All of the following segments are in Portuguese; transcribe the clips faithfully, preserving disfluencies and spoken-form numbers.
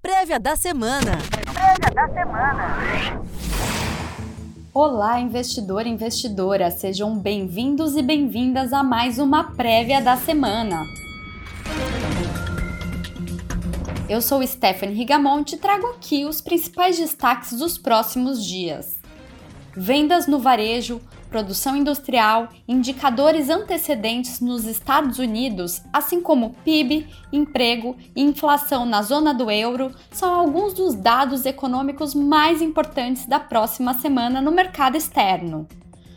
Prévia da semana. Prévia da semana. Olá, investidor e investidora, sejam bem-vindos e bem-vindas a mais uma Prévia da semana. Eu sou Stephanie Rigamonti e trago aqui os principais destaques dos próximos dias. Vendas no varejo, produção industrial, indicadores antecedentes nos Estados Unidos, assim como P I B, emprego e inflação na zona do euro, são alguns dos dados econômicos mais importantes da próxima semana no mercado externo.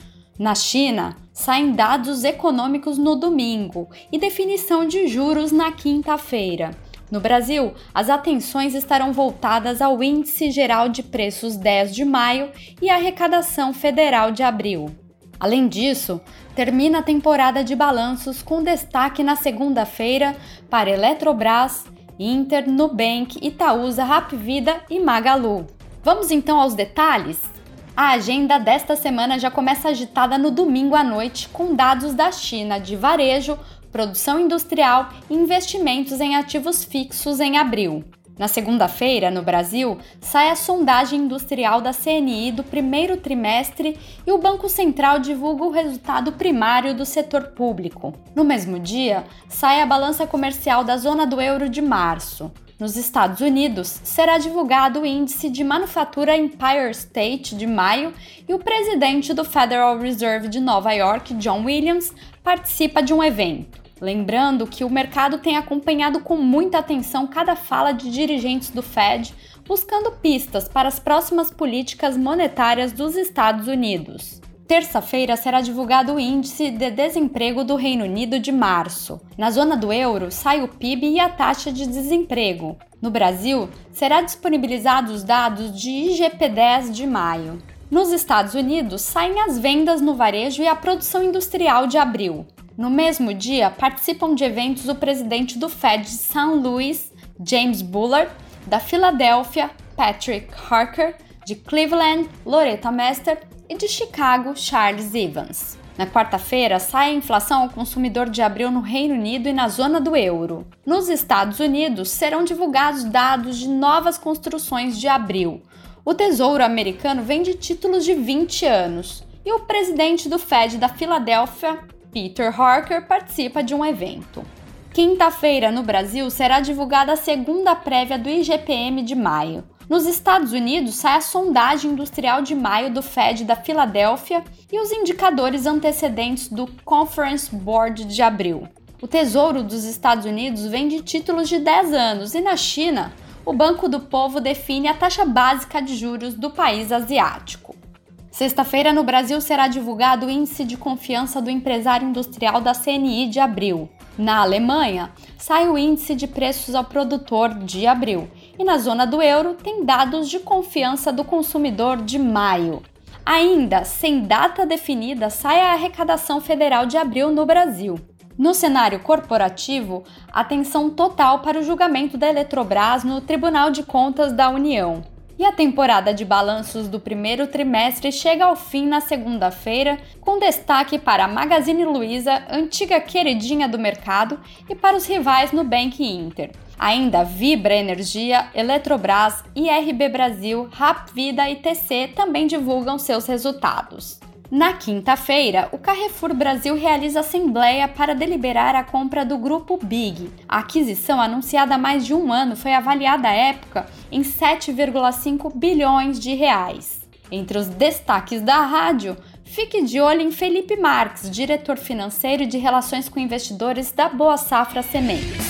Na China, saem dados econômicos no domingo e definição de juros na quinta-feira. No Brasil, as atenções estarão voltadas ao Índice Geral de Preços dez de maio e à arrecadação federal de abril. Além disso, termina a temporada de balanços com destaque na segunda-feira para Eletrobras, Inter, Nubank, Itaúsa, Hapvida e Magalu. Vamos então aos detalhes? A agenda desta semana já começa agitada no domingo à noite com dados da China de varejo, produção industrial e investimentos em ativos fixos em abril. Na segunda-feira, no Brasil, sai a sondagem industrial da C N I do primeiro trimestre e o Banco Central divulga o resultado primário do setor público. No mesmo dia, sai a balança comercial da zona do euro de março. Nos Estados Unidos, será divulgado o índice de manufatura Empire State de maio e o presidente do Federal Reserve de Nova York, John Williams, participa de um evento. Lembrando que o mercado tem acompanhado com muita atenção cada fala de dirigentes do Fed, buscando pistas para as próximas políticas monetárias dos Estados Unidos. Terça-feira será divulgado o Índice de Desemprego do Reino Unido de março. Na zona do euro, sai o P I B e a taxa de desemprego. No Brasil, será disponibilizados os dados de I G P dez de maio. Nos Estados Unidos, saem as vendas no varejo e a produção industrial de abril. No mesmo dia, participam de eventos o presidente do Fed de Saint Louis, James Bullard, da Filadélfia, Patrick Harker, de Cleveland, Loretta Mester e de Chicago, Charles Evans. Na quarta-feira, sai a inflação ao consumidor de abril no Reino Unido e na zona do euro. Nos Estados Unidos, serão divulgados dados de novas construções de abril. O Tesouro americano vende títulos de vinte anos e o presidente do Fed da Filadélfia, Peter Harker, participa de um evento. Quinta-feira, no Brasil, será divulgada a segunda prévia do I G P M de maio. Nos Estados Unidos, sai a sondagem industrial de maio do Fed da Filadélfia e os indicadores antecedentes do Conference Board de abril. O Tesouro dos Estados Unidos vende títulos de dez anos e na China, o Banco do Povo define a taxa básica de juros do país asiático. Sexta-feira, no Brasil, será divulgado o Índice de Confiança do Empresário Industrial da C N I de abril. Na Alemanha, sai o Índice de Preços ao Produtor de abril. E na zona do euro, tem dados de confiança do consumidor de maio. Ainda, sem data definida, sai a arrecadação federal de abril no Brasil. No cenário corporativo, atenção total para o julgamento da Eletrobras no Tribunal de Contas da União. E a temporada de balanços do primeiro trimestre chega ao fim na segunda-feira, com destaque para a Magazine Luiza, antiga queridinha do mercado, e para os rivais Nubank e Inter. Ainda Vibra Energia, Eletrobras, I R B Brasil, Hapvida e T C também divulgam seus resultados. Na quinta-feira, o Carrefour Brasil realiza assembleia para deliberar a compra do Grupo Big. A aquisição, anunciada há mais de um ano, foi avaliada à época em sete vírgula cinco bilhões de reais. Entre os destaques da rádio, fique de olho em Felipe Marques, diretor financeiro e de relações com investidores da Boa Safra Sementes.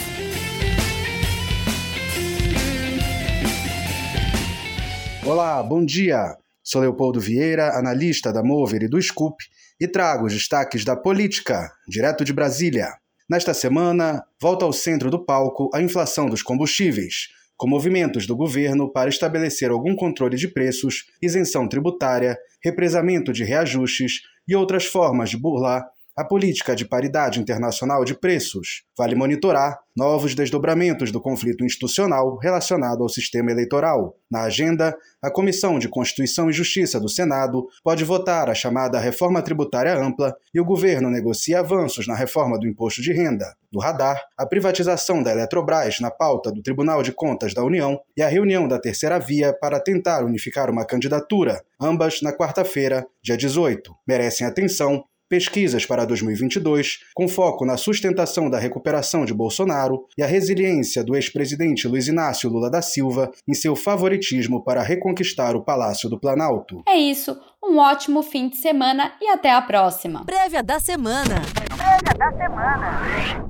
Olá, bom dia! Sou Leopoldo Vieira, analista da Mover e do Scoop, e trago os destaques da política, direto de Brasília. Nesta semana, volta ao centro do palco a inflação dos combustíveis, com movimentos do governo para estabelecer algum controle de preços, isenção tributária, represamento de reajustes e outras formas de burlar a política de paridade internacional de preços. Vale monitorar novos desdobramentos do conflito institucional relacionado ao sistema eleitoral. Na agenda, a Comissão de Constituição e Justiça do Senado pode votar a chamada reforma tributária ampla e o governo negocia avanços na reforma do imposto de renda. No radar, a privatização da Eletrobras na pauta do Tribunal de Contas da União e a reunião da Terceira Via para tentar unificar uma candidatura, ambas na quarta-feira, dia dezoito. Merecem atenção pesquisas para dois mil e vinte e dois, com foco na sustentação da recuperação de Bolsonaro e a resiliência do ex-presidente Luiz Inácio Lula da Silva em seu favoritismo para reconquistar o Palácio do Planalto. É isso, um ótimo fim de semana e até a próxima. Prévia da semana. Prévia da semana.